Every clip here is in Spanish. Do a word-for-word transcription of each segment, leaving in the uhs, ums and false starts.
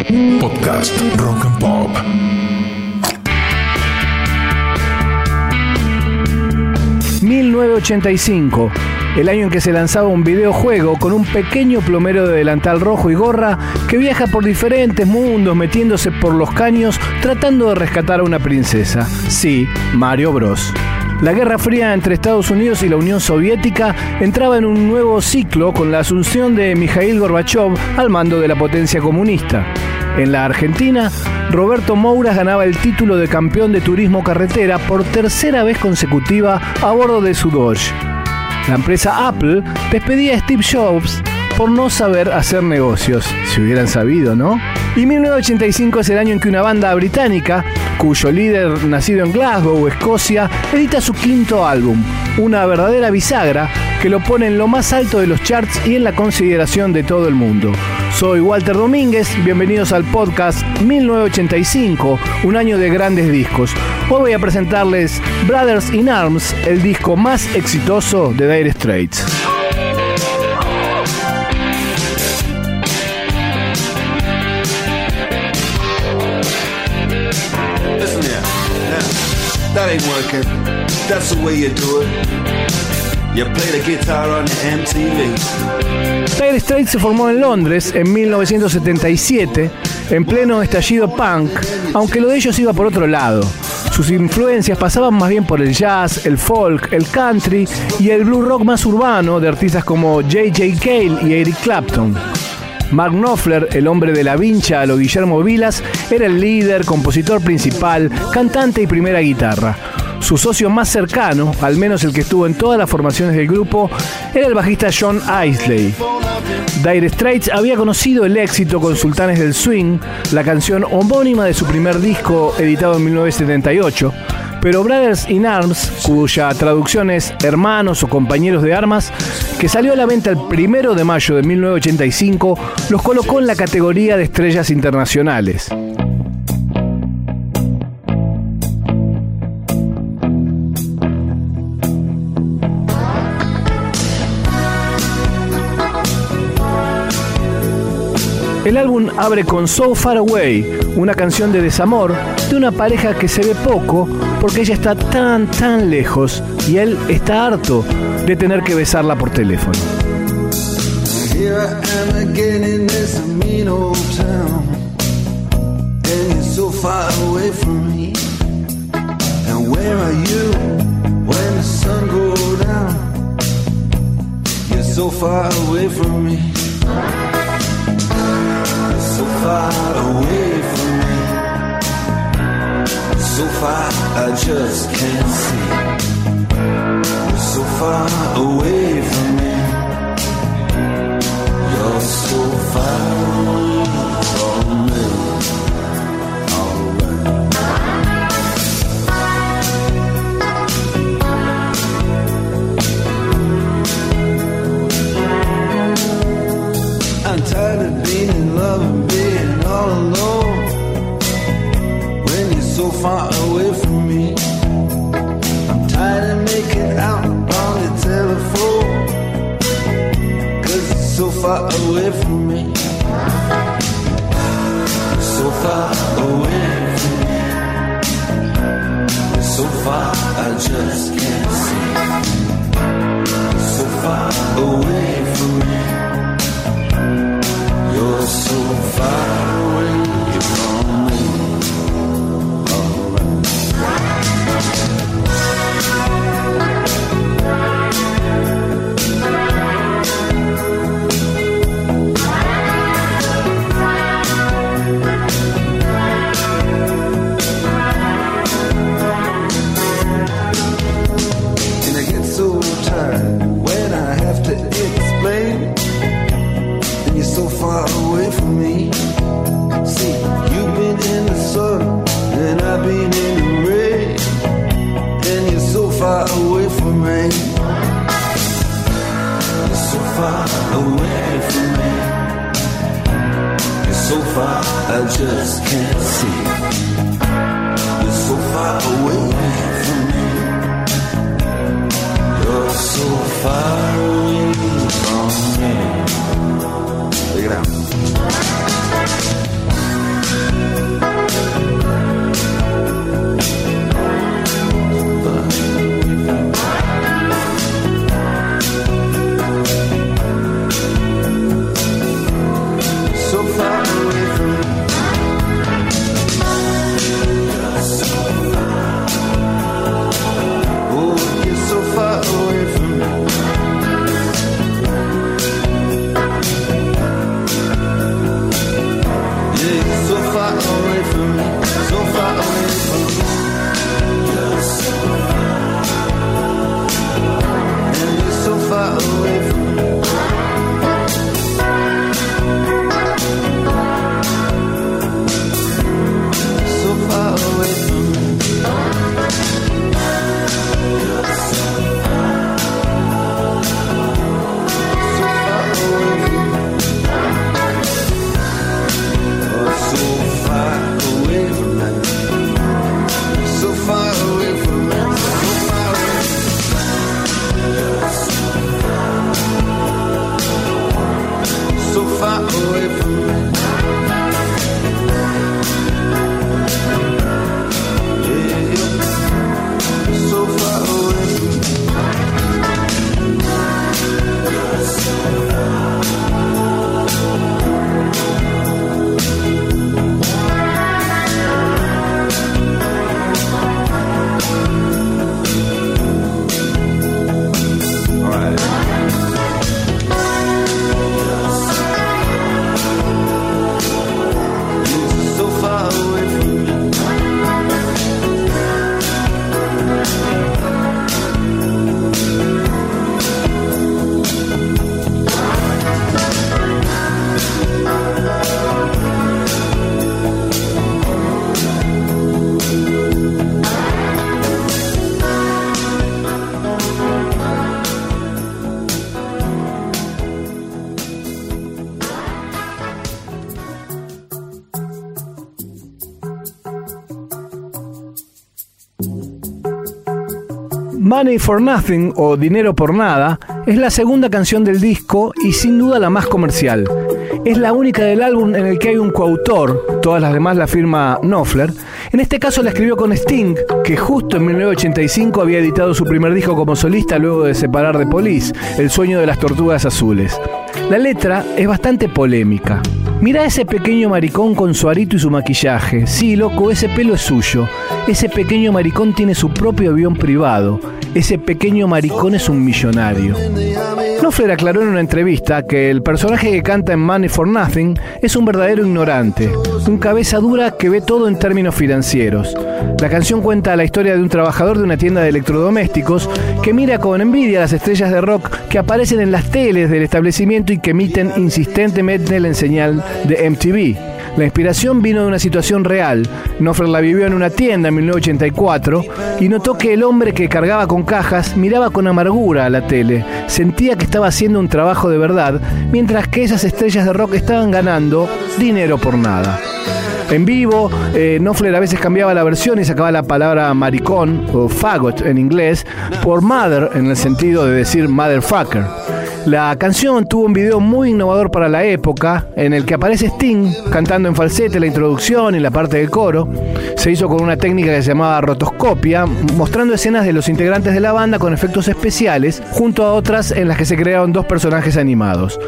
Podcast Rock and Pop. mil novecientos ochenta y cinco, el año en que se lanzaba un videojuego con un pequeño plomero de delantal rojo y gorra que viaja por diferentes mundos metiéndose por los caños tratando de rescatar a una princesa. Sí, Mario Bros. La Guerra Fría entre Estados Unidos y la Unión Soviética entraba en un nuevo ciclo con la asunción de Mikhail Gorbachev al mando de la potencia comunista. En la Argentina, Roberto Mouras ganaba el título de campeón de turismo carretera por tercera vez consecutiva a bordo de su Dodge. La empresa Apple despedía a Steve Jobs por no saber hacer negocios. Si hubieran sabido, ¿no? Y mil novecientos ochenta y cinco es el año en que una banda británica, cuyo líder, nacido en Glasgow, Escocia, edita su quinto álbum, una verdadera bisagra que lo pone en lo más alto de los charts y en la consideración de todo el mundo. Soy Walter Domínguez, bienvenidos al podcast mil novecientos ochenta y cinco, un año de grandes discos. Hoy voy a presentarles Brothers in Arms, el disco más exitoso de Dire Straits. Listen here, now, that ain't working. That's the way you do it. You play the guitar on the M T V. Dire Straits se formó en Londres en mil novecientos setenta y siete, en pleno estallido punk, aunque lo de ellos iba por otro lado. Sus influencias pasaban más bien por el jazz, el folk, el country y el blues rock más urbano de artistas como J J Cale y Eric Clapton. Mark Knopfler, el hombre de la vincha a lo Guillermo Vilas, era el líder, compositor principal, cantante y primera guitarra. Su socio más cercano, al menos el que estuvo en todas las formaciones del grupo, era el bajista John Isley. Dire Straits había conocido el éxito con Sultanes del Swing, la canción homónima de su primer disco editado en mil novecientos setenta y ocho, pero Brothers in Arms, cuya traducción es Hermanos o Compañeros de Armas, que salió a la venta el primero de mayo de mil novecientos ochenta y cinco, los colocó en la categoría de estrellas internacionales. El álbum abre con So Far Away, una canción de desamor de una pareja que se ve poco porque ella está tan, tan lejos y él está harto de tener que besarla por teléfono. Here I am again in this mean old town, and you're so far away from me. And where are you when the sun goes down? You're so far away from me. So far away from me, so far I just can't see. You're so far away from me, you're so far away from me. Alright. I'm tired of being in love and being all alone when you're so far away from me. I'm tired of making out on the telephone, cause you're so far away from me. You're so far away from me. You're so far I just can't see. You're so far away from me. You're so far away from me. And I get so tired when I have to explain. You're so far away from me. See, you've been in the sun and I've been in the rain, and you're so far away from me. You're so far away from me. You're so far I just can't see. You're so far away from me. You're so far away from me. Check it out. Money for Nothing o Dinero por Nada es la segunda canción del disco y sin duda la más comercial. Es la única del álbum en el que hay un coautor, todas las demás la firma Knopfler. En este caso la escribió con Sting, que justo en mil novecientos ochenta y cinco había editado su primer disco como solista luego de separar de Police, El sueño de las tortugas azules. La letra es bastante polémica. Mira ese pequeño maricón con su arito y su maquillaje. Sí, loco, ese pelo es suyo. Ese pequeño maricón tiene su propio avión privado. Ese pequeño maricón es un millonario. Knopfler aclaró en una entrevista que el personaje que canta en Money for Nothing es un verdadero ignorante, un cabeza dura que ve todo en términos financieros. La canción cuenta la historia de un trabajador de una tienda de electrodomésticos que mira con envidia a las estrellas de rock que aparecen en las teles del establecimiento y que emiten insistentemente la señal de M T V. La inspiración vino de una situación real. Knopfler la vivió en una tienda en mil novecientos ochenta y cuatro y notó que el hombre que cargaba con cajas miraba con amargura a la tele. Sentía que estaba haciendo un trabajo de verdad, mientras que esas estrellas de rock estaban ganando dinero por nada. En vivo, eh, Knopfler a veces cambiaba la versión y sacaba la palabra maricón, o faggot en inglés, por mother, en el sentido de decir motherfucker. La canción tuvo un video muy innovador para la época, en el que aparece Sting cantando en falsete la introducción y la parte del coro. Se hizo con una técnica que se llamaba rotoscopia, mostrando escenas de los integrantes de la banda con efectos especiales, junto a otras en las que se crearon dos personajes animados.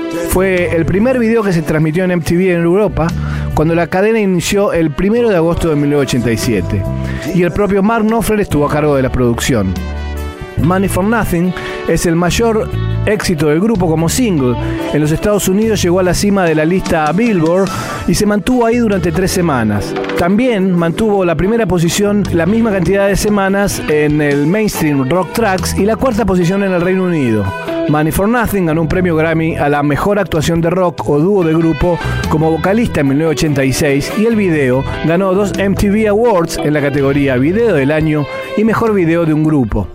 Fue el primer video que se transmitió en M T V en Europa, cuando la cadena inició el primero de agosto de mil novecientos ochenta y siete. Y el propio Mark Knopfler estuvo a cargo de la producción. Money for Nothing es el mayor éxito del grupo como single. En los Estados Unidos llegó a la cima de la lista Billboard y se mantuvo ahí durante tres semanas. También mantuvo la primera posición la misma cantidad de semanas en el Mainstream Rock Tracks y la cuarta posición en el Reino Unido. Money for Nothing ganó un premio Grammy a la mejor actuación de rock o dúo de grupo como vocalista en mil novecientos ochenta y seis y el video ganó dos M T V Awards en la categoría Video del Año y Mejor Video de un Grupo.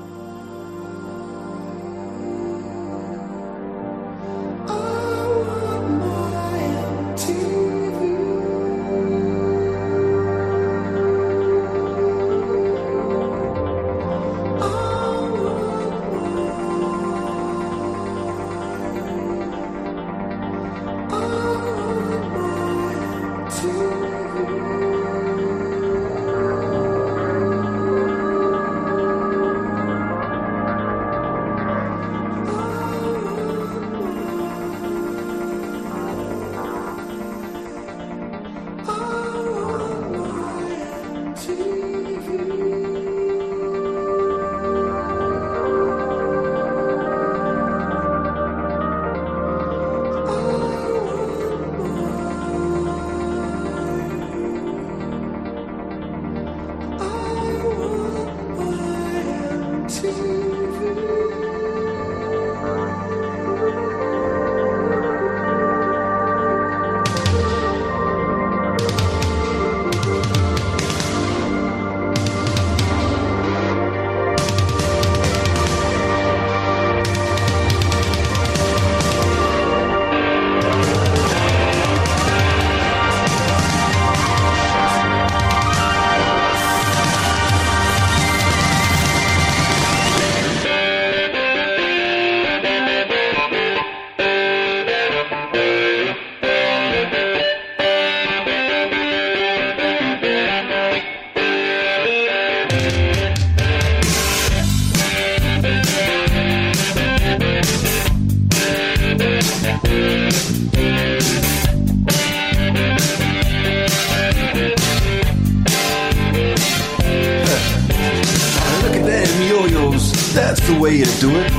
That's the way you do it.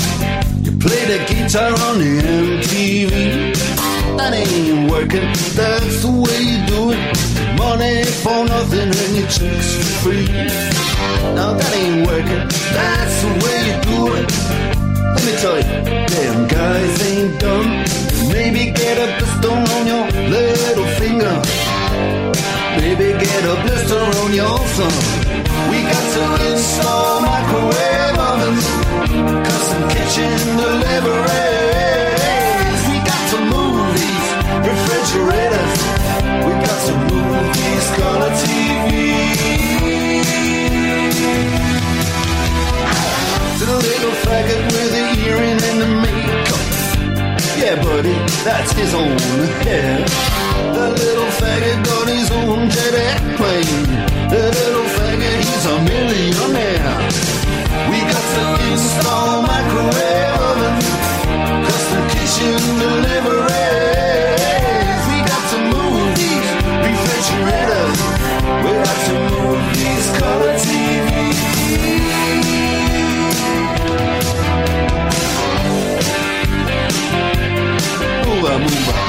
You play the guitar on the M T V. That ain't working. That's the way you do it. Money for nothing and your chicks for free. Now that ain't working. That's the way you do it. Let me tell you, damn guys ain't dumb. Maybe get a blister on your little finger. Maybe get a blister on your thumb. We got to install microwave ovens, custom kitchen deliveries. We got to move these refrigerators. We got to move these color T Vs. that's his own hair. The little faggot got his own jet airplane. The little faggot, he's a millionaire. We got to install microwave oven, custom kitchen deliveries. We got to move these refrigerators. We got to move these color T Vs. Move on, move on.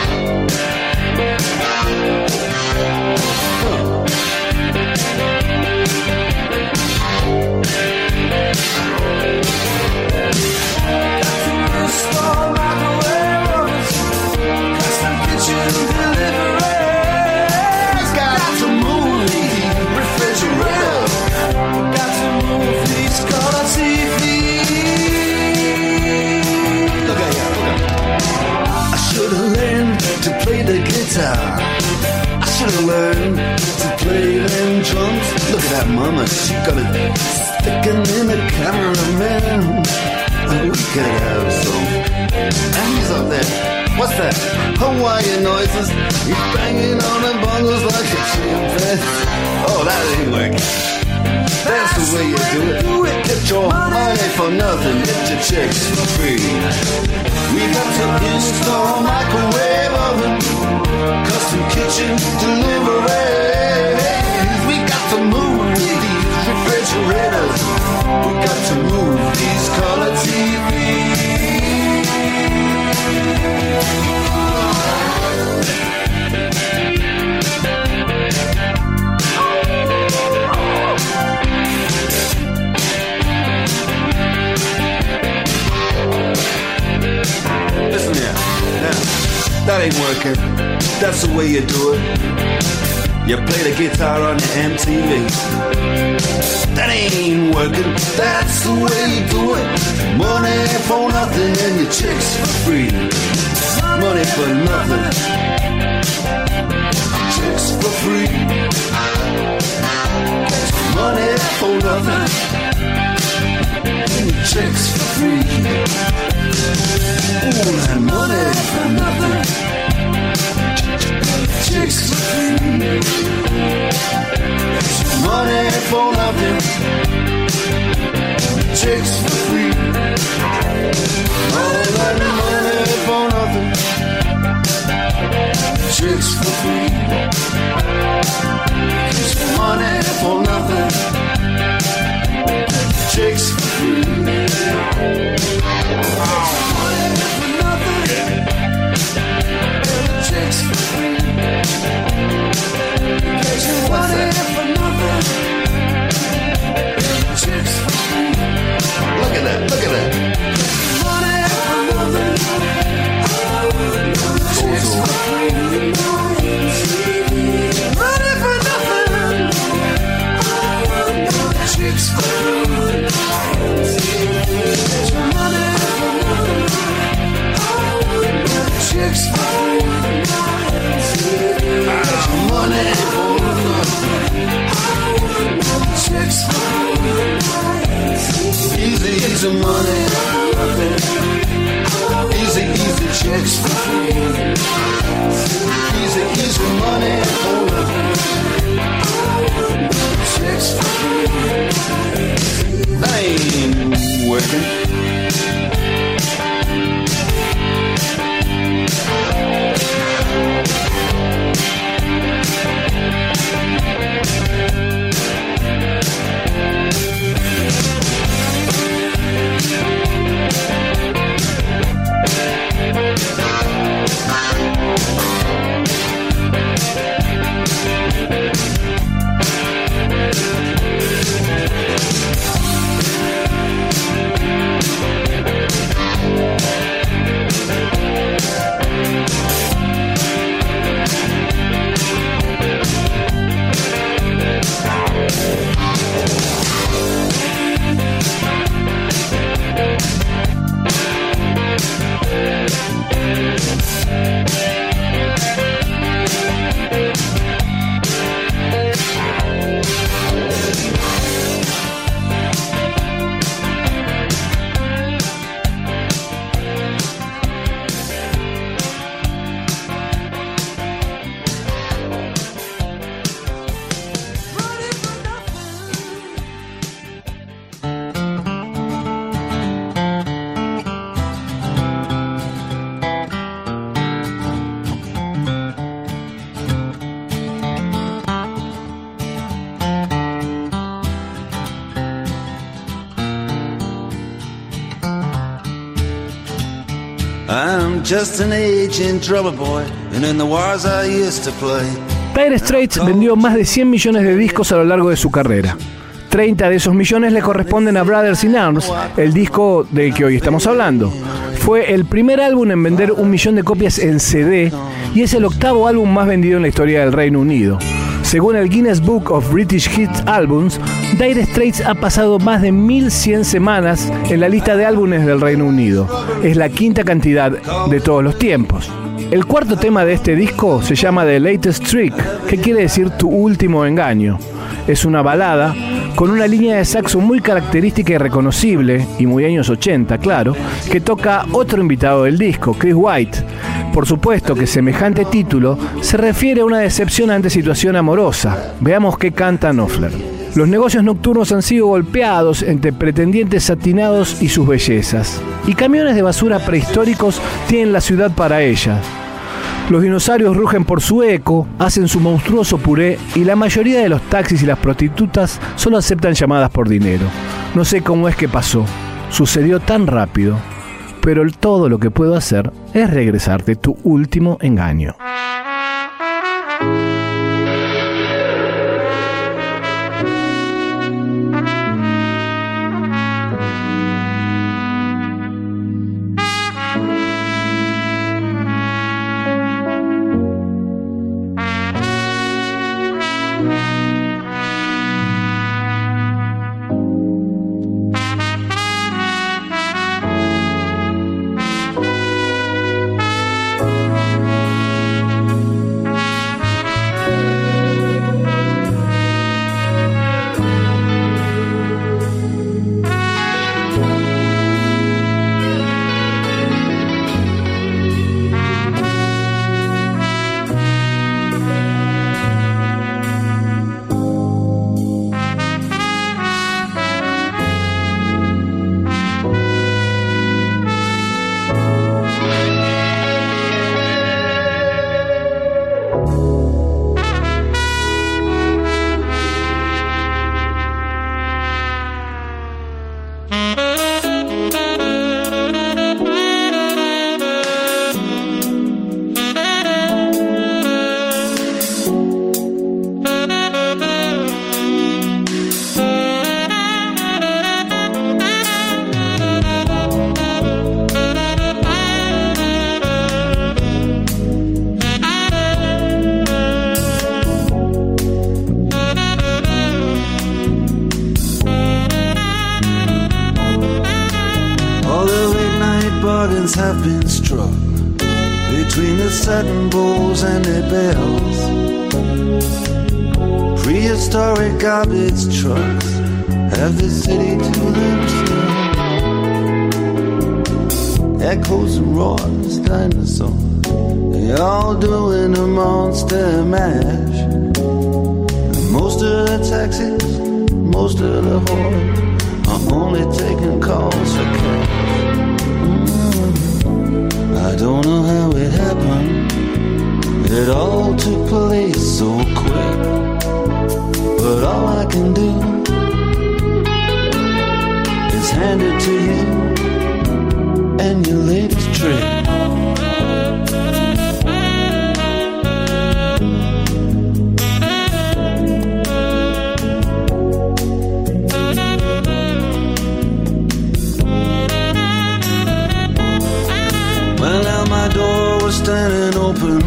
I should've learned to play them drums. Look at that mama, she got it sticking in the cameraman. Oh, we could have some. And he's up there. What's that? Hawaiian noises. He's banging on the bongos like a chimpanzee. Oh, that ain't working. That's the way you do it. Get your money for nothing, get your chicks for free. We got to install microwave oven, custom kitchen deliveries. We got to move these refrigerators. We got to move these color T Vs. Listen here, now, that ain't working. That's the way you do it. You play the guitar on your M T V. That ain't working. That's the way you do it. Money for nothing and your chicks for free. Money for nothing. Chicks for free. Money for nothing. And your chicks for free. Ooh, that money for nothing. Chicks for free. Money for nothing. Chicks for free. All that money for nothing. Chicks for free. Money for nothing. Chicks for free. Money for nothing. Chicks for free. What's that? Chicks for free. Look at that, look at that. Money for nothing. Chicks for free. Money for nothing. Chicks for free. Money for nothing. Chicks for free. Money for nothing. Chicks for free. Easy, easy money. Easy, easy chicks for free. Easy, easy money for nothing. Chicks for free. That ain't working. just an aging drummer boy, and in the wars I used to play. Dire Straits vendió más de cien millones de discos a lo largo de su carrera. treinta de esos millones le corresponden a Brothers in Arms, el disco del que hoy estamos hablando. Fue el primer álbum en vender un millón de copias en C D y es el octavo álbum más vendido en la historia del Reino Unido. Según el Guinness Book of British Hit Albums, Dire Straits ha pasado más de mil cien semanas en la lista de álbumes del Reino Unido. Es la quinta cantidad de todos los tiempos. El cuarto tema de este disco se llama The Latest Trick, que quiere decir tu último engaño. Es una balada con una línea de saxo muy característica y reconocible, y muy años ochenta, claro, que toca otro invitado del disco, Chris White. Por supuesto que semejante título se refiere a una decepcionante situación amorosa. Veamos qué canta Knopfler. Los negocios nocturnos han sido golpeados entre pretendientes satinados y sus bellezas, y camiones de basura prehistóricos tienen la ciudad para ella. Los dinosaurios rugen por su eco, hacen su monstruoso puré y la mayoría de los taxis y las prostitutas solo aceptan llamadas por dinero. No sé cómo es que pasó, sucedió tan rápido, pero el todo lo que puedo hacer es regresarte tu último engaño. Have been struck between the satin bowls and their bells. Prehistoric garbage trucks have the city to themselves. Echoes and roars, dinosaurs, they all doing a monster mash. And most of the taxis, most of the whores are only taking calls for cash. I don't know how it happened, it all took place so quick. But all I can do is hand it to you and your latest trick. Standing open,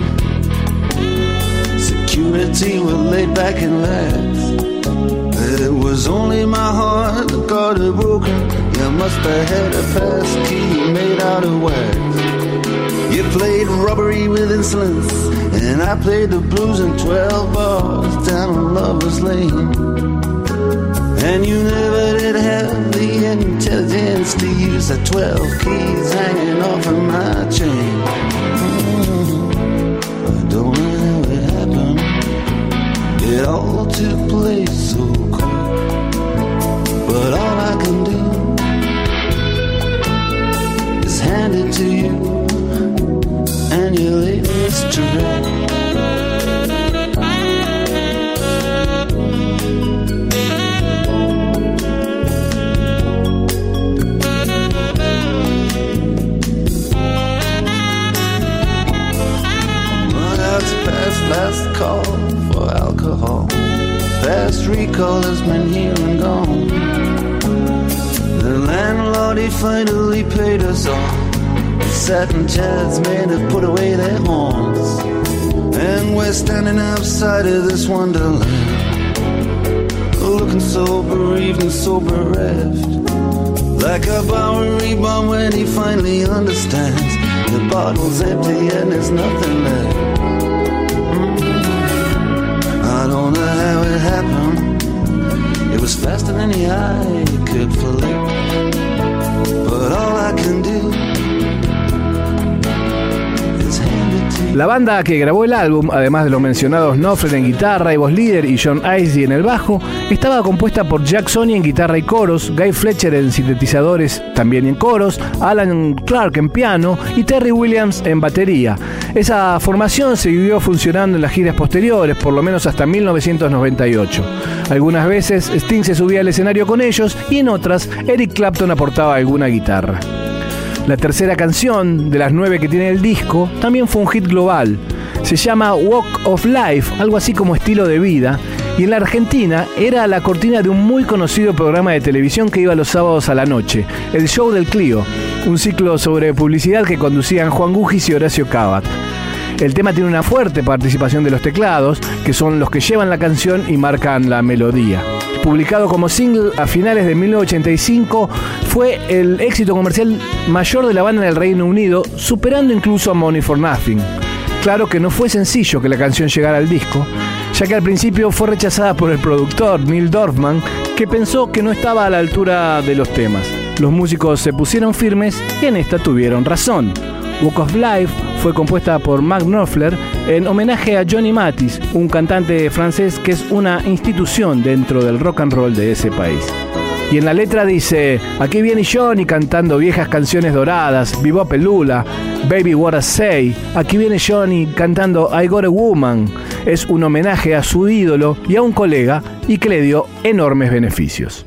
security were laid back and laughed. It was only my heart that got it broken. You must have had a pass key made out of wax. You played robbery with insolence, and I played the blues in twelve bars down on Lover's Lane. And you never did have the intelligence to use the twelve keys hanging off of my chain. Don't know how it happened, it all took place so quick. But all I can do is hand it to you and your latest trick. love for alcohol. Past recall has been here and gone. The landlord, he finally paid us all. The satin chairs made have put away their horns. And we're standing outside of this wonderland, looking so bereaved and so bereft, like a Bowery bomb when he finally understands the bottle's empty and there's nothing left. Mm-hmm. I don't know how it happened. It was faster than the eye could flick. But all I can do is hand it to you. La banda que grabó el álbum, además de los mencionados Knopfler en guitarra y voz líder y John Isley en el bajo, estaba compuesta por Jack Sony en guitarra y coros, Guy Fletcher en sintetizadores, también en coros, Alan Clark en piano y Terry Williams en batería. Esa formación siguió funcionando en las giras posteriores, por lo menos hasta mil novecientos noventa y ocho. Algunas veces Sting se subía al escenario con ellos y en otras Eric Clapton aportaba alguna guitarra. La tercera canción de las nueve que tiene el disco también fue un hit global. Se llama Walk of Life, algo así como estilo de vida, y en la Argentina era la cortina de un muy conocido programa de televisión que iba los sábados a la noche, El Show del Clio, un ciclo sobre publicidad que conducían Juan Gugis y Horacio Cabat. El tema tiene una fuerte participación de los teclados, que son los que llevan la canción y marcan la melodía. Publicado como single a finales de mil novecientos ochenta y cinco, fue el éxito comercial mayor de la banda en el Reino Unido, superando incluso a Money for Nothing. Claro que no fue sencillo que la canción llegara al disco, ya que al principio fue rechazada por el productor Neil Dorfman, que pensó que no estaba a la altura de los temas. Los músicos se pusieron firmes y en esta tuvieron razón. Walk of Life fue compuesta por Mark Knopfler en homenaje a Johnny Mathis, un cantante francés que es una institución dentro del rock and roll de ese país. Y en la letra dice: aquí viene Johnny cantando viejas canciones doradas, Bebop Lula, Baby What I Say. Aquí viene Johnny cantando I Got a Woman. Es un homenaje a su ídolo y a un colega, y que le dio enormes beneficios.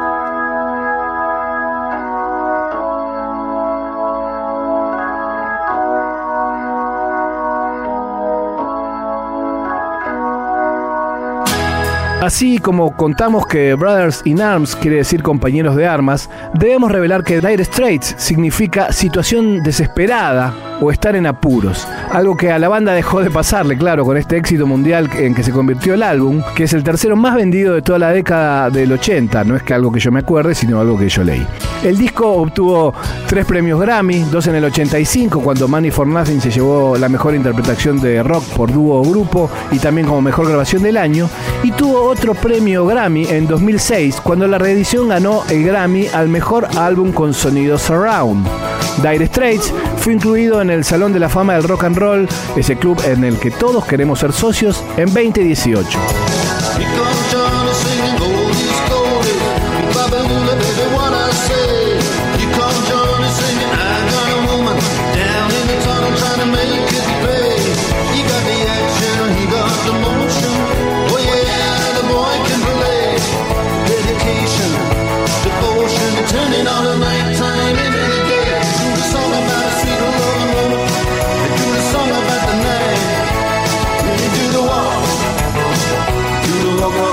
Así como contamos que Brothers in Arms quiere decir compañeros de armas, debemos revelar que Dire Straits significa situación desesperada o estar en apuros. Algo que a la banda dejó de pasarle, claro, con este éxito mundial en que se convirtió el álbum, que es el tercero más vendido de toda la década del ochenta. No es que algo que yo me acuerde, sino algo que yo leí. El disco obtuvo tres premios Grammy, dos en el ochenta y cinco, cuando Money for Nothing se llevó la mejor interpretación de rock por dúo o grupo, y también como mejor grabación del año, y tuvo otro premio Grammy en dos mil seis, cuando la reedición ganó el Grammy al mejor álbum con sonido surround. Dire Straits fue incluido en el Salón de la Fama del Rock and Roll, ese club en el que todos queremos ser socios, en veinte dieciocho. Walk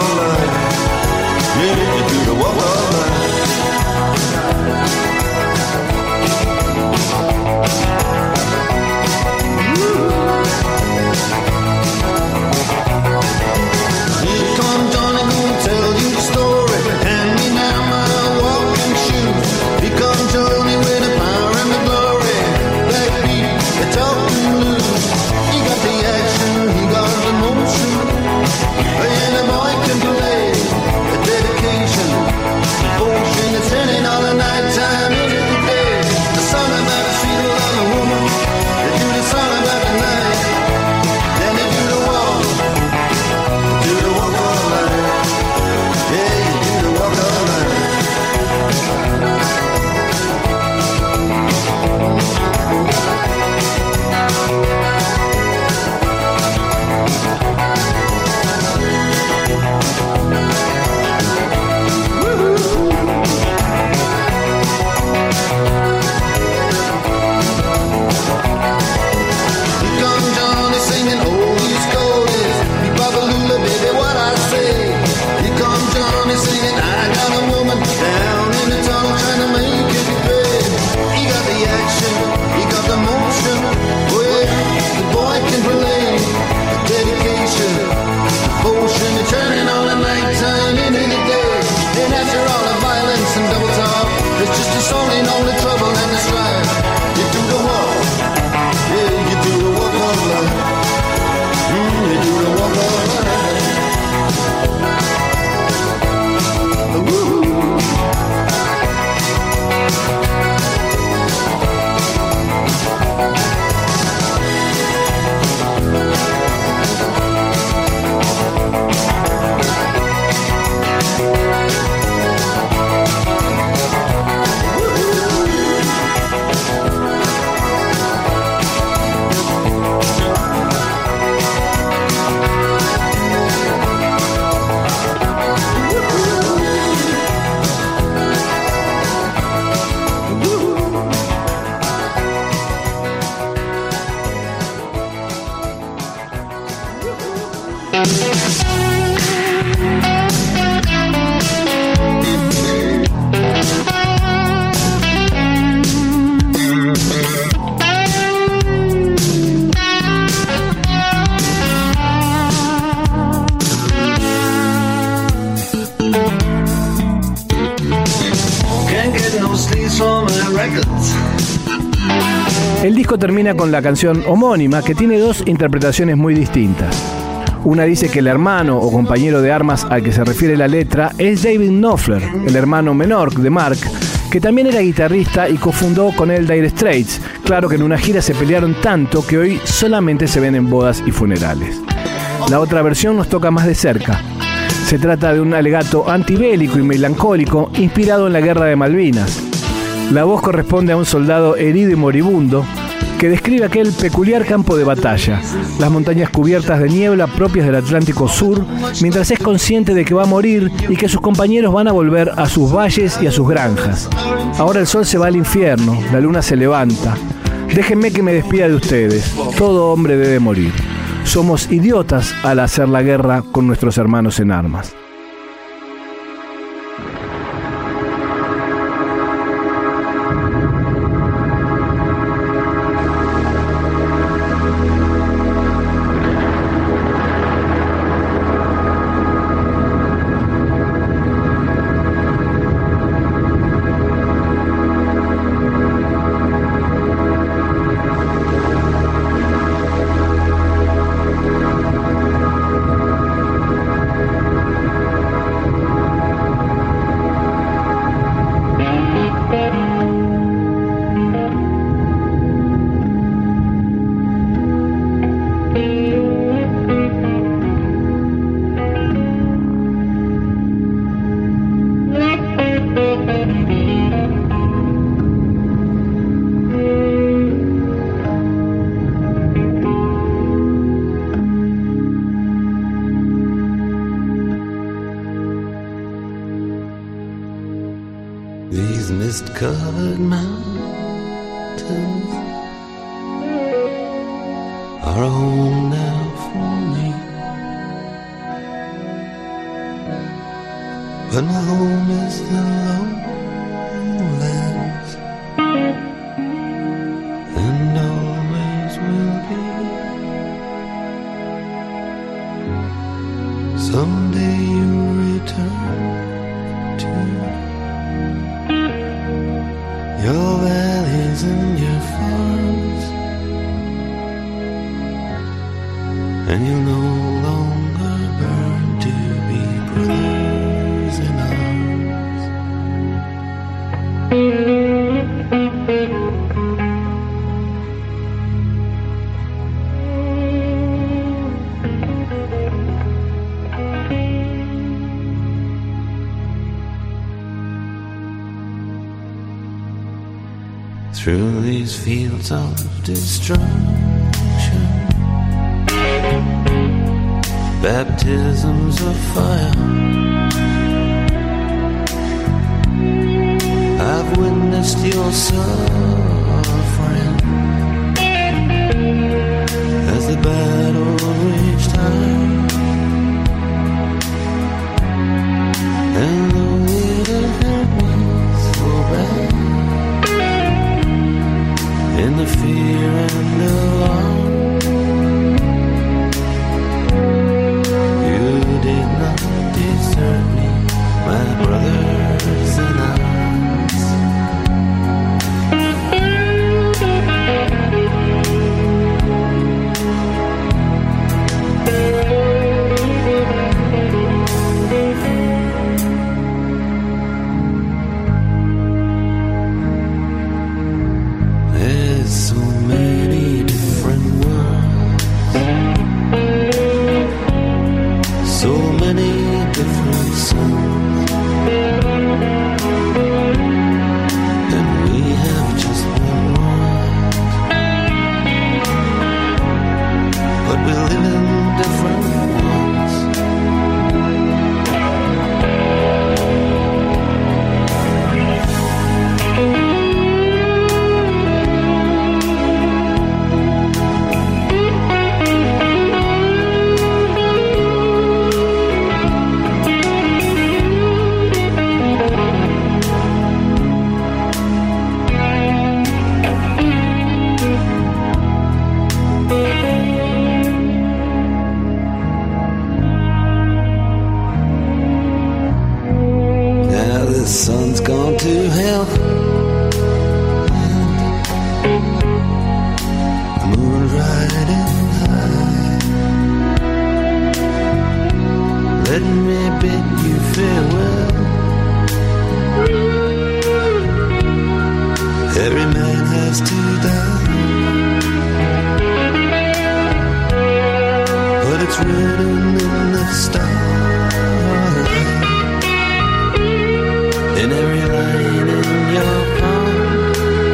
El disco termina con la canción homónima, que tiene dos interpretaciones muy distintas. Una dice que el hermano o compañero de armas al que se refiere la letra es David Knopfler, el hermano menor de Mark, que también era guitarrista y cofundó con él Dire Straits. Claro que en una gira se pelearon tanto que hoy solamente se ven en bodas y funerales. La otra versión nos toca más de cerca. Se trata de un alegato antibélico y melancólico inspirado en la Guerra de Malvinas. La voz corresponde a un soldado herido y moribundo que describe aquel peculiar campo de batalla, las montañas cubiertas de niebla propias del Atlántico Sur, mientras es consciente de que va a morir y que sus compañeros van a volver a sus valles y a sus granjas. Ahora el sol se va al infierno, la luna se levanta. Déjenme que me despida de ustedes. Todo hombre debe morir. Somos idiotas al hacer la guerra con nuestros hermanos en armas. These mist-covered mountains are a home now for me, but my home is the lowlands, and always will be. Someday you'll return to your valleys and your farms, and you'll no longer burn to be brothers in arms. Through these fields of destruction, baptisms of fire, I've witnessed your suffering as the battle raged high, and though it had hurt me so bad, in the fear and alarm, you did not desert me, my brothers in arms. sun's gone to hell. The moon's riding high. Let me bid you farewell. Every man has to die, but it's written in the stars, in every line in your palm.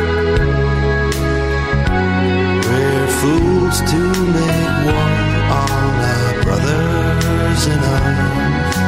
We're fools to make war on our brothers in arms.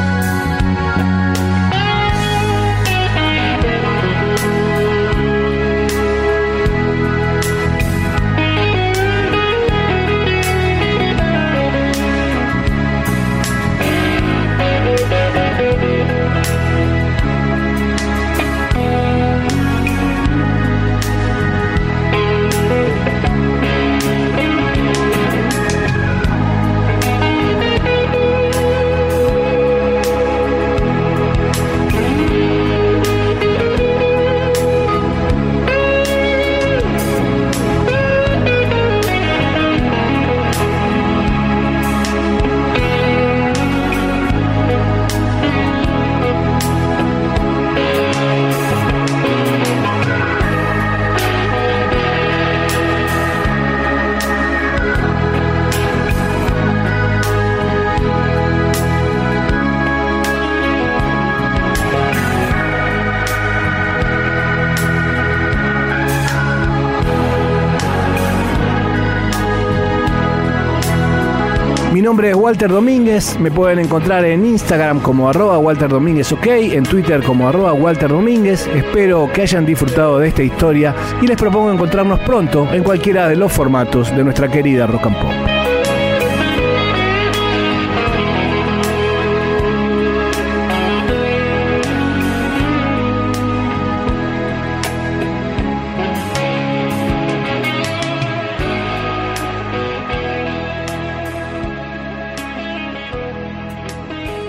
Mi nombre es Walter Domínguez, me pueden encontrar en Instagram como arroba Walter Domínguez OK, en Twitter como arroba Walter Domínguez. Espero que hayan disfrutado de esta historia y les propongo encontrarnos pronto en cualquiera de los formatos de nuestra querida Rock and Pop.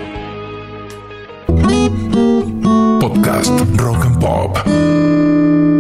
Podcast Rock and Pop.